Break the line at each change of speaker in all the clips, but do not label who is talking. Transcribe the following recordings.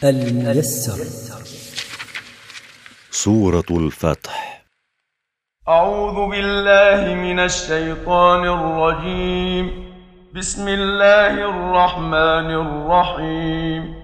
الميسر.
سورة الفتح.
أعوذ بالله من الشيطان الرجيم. بسم الله الرحمن الرحيم.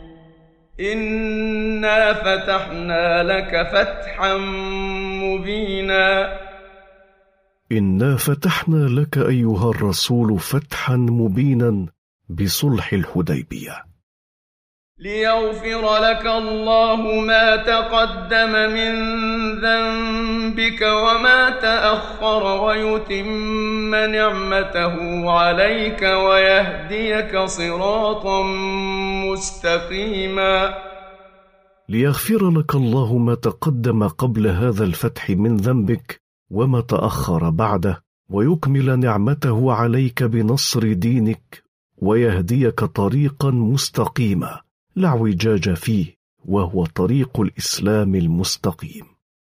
إنا فتحنا لك فتحا مبينا.
إنا فتحنا لك أيها الرسول فتحا مبينا بصلح الحديبية،
ليغفر لك الله ما تقدم من ذنبك وما تأخر ويتم نعمته عليك ويهديك صراطا مستقيما.
ليغفر لك الله ما تقدم قبل هذا الفتح من ذنبك وما تأخر بعده، ويكمل نعمته عليك بنصر دينك ويهديك طريقا مستقيما لا اعوجاج فيه، وهو طريق الإسلام المستقيم.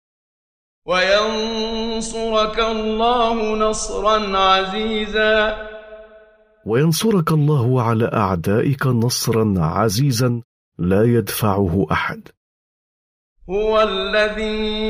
وينصرك الله نصرا عزيزا.
وينصرك الله على أعدائك نصرا عزيزا لا يدفعه أحد.
هو الذي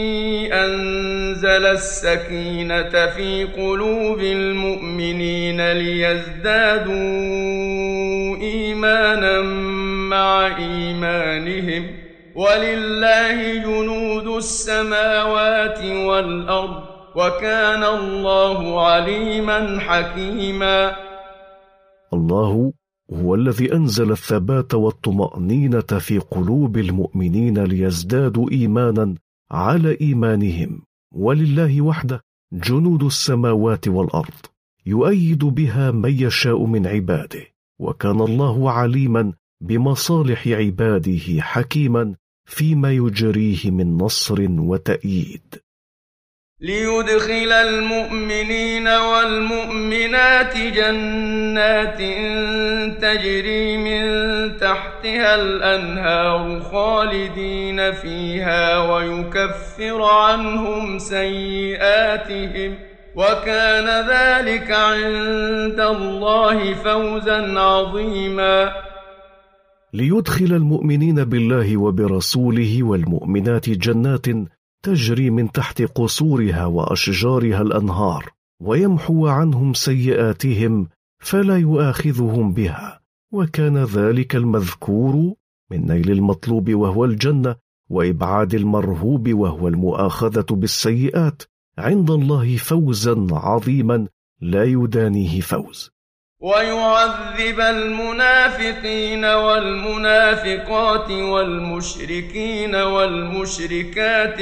أنزل السكينة في قلوب المؤمنين ليزدادوا إيمانا مع إيمانهم، ولله جنود السماوات والأرض، وكان الله عليما حكيما.
الله هو الذي أنزل الثبات والطمأنينة في قلوب المؤمنين ليزدادوا إيمانا على إيمانهم، ولله وحده جنود السماوات والأرض يؤيد بها من يشاء من عباده، وكان الله عليما بمصالح عباده حكيما فيما يجريه من نصر وتأييد.
ليدخل المؤمنين والمؤمنات جنات تجري من تحتها الأنهار خالدين فيها ويكفر عنهم سيئاتهم، وكان ذلك عند الله فوزا عظيما.
ليدخل المؤمنين بالله وبرسوله والمؤمنات جنات تجري من تحت قصورها وأشجارها الأنهار، ويمحو عنهم سيئاتهم فلا يؤاخذهم بها، وكان ذلك المذكور من نيل المطلوب وهو الجنة، وإبعاد المرهوب وهو المؤاخذة بالسيئات عند الله فوزا عظيما لا يدانيه فوز.
ويعذب المنافقين والمنافقات والمشركين والمشركات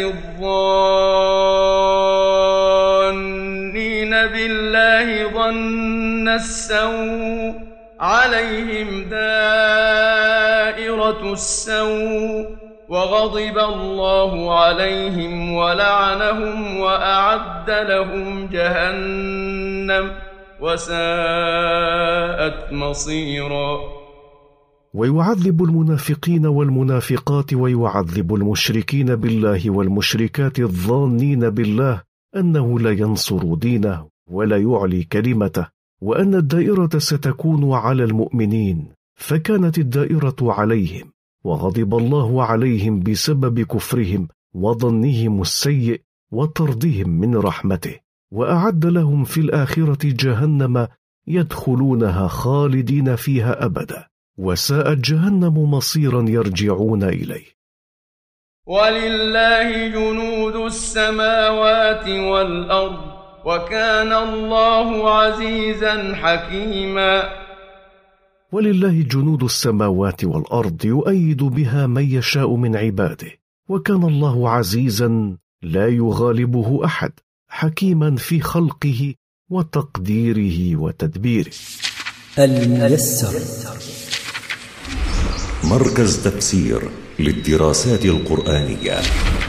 الظانين بالله ظن السوء عليهم دائرة السوء، وغضب الله عليهم ولعنهم وأعد لهم جهنم وساءت مصيرا.
ويعذب المنافقين والمنافقات ويعذب المشركين بالله والمشركات الظانين بالله أنه لا ينصر دينه ولا يعلي كلمته، وأن الدائرة ستكون على المؤمنين، فكانت الدائرة عليهم، وغضب الله عليهم بسبب كفرهم وظنهم السيء وطردهم من رحمته، وأعد لهم في الآخرة جهنم يدخلونها خالدين فيها أبدا، وساءت جهنم مصيرا يرجعون إليه.
ولله جنود السماوات والأرض، وكان الله عزيزا حكيما.
ولله جنود السماوات والأرض يؤيد بها من يشاء من عباده، وكان الله عزيزا لا يغالبه أحد، حكيما في خلقه وتقديره وتدبيره.
الميسر.
مركز تفسير للدراسات القرآنية.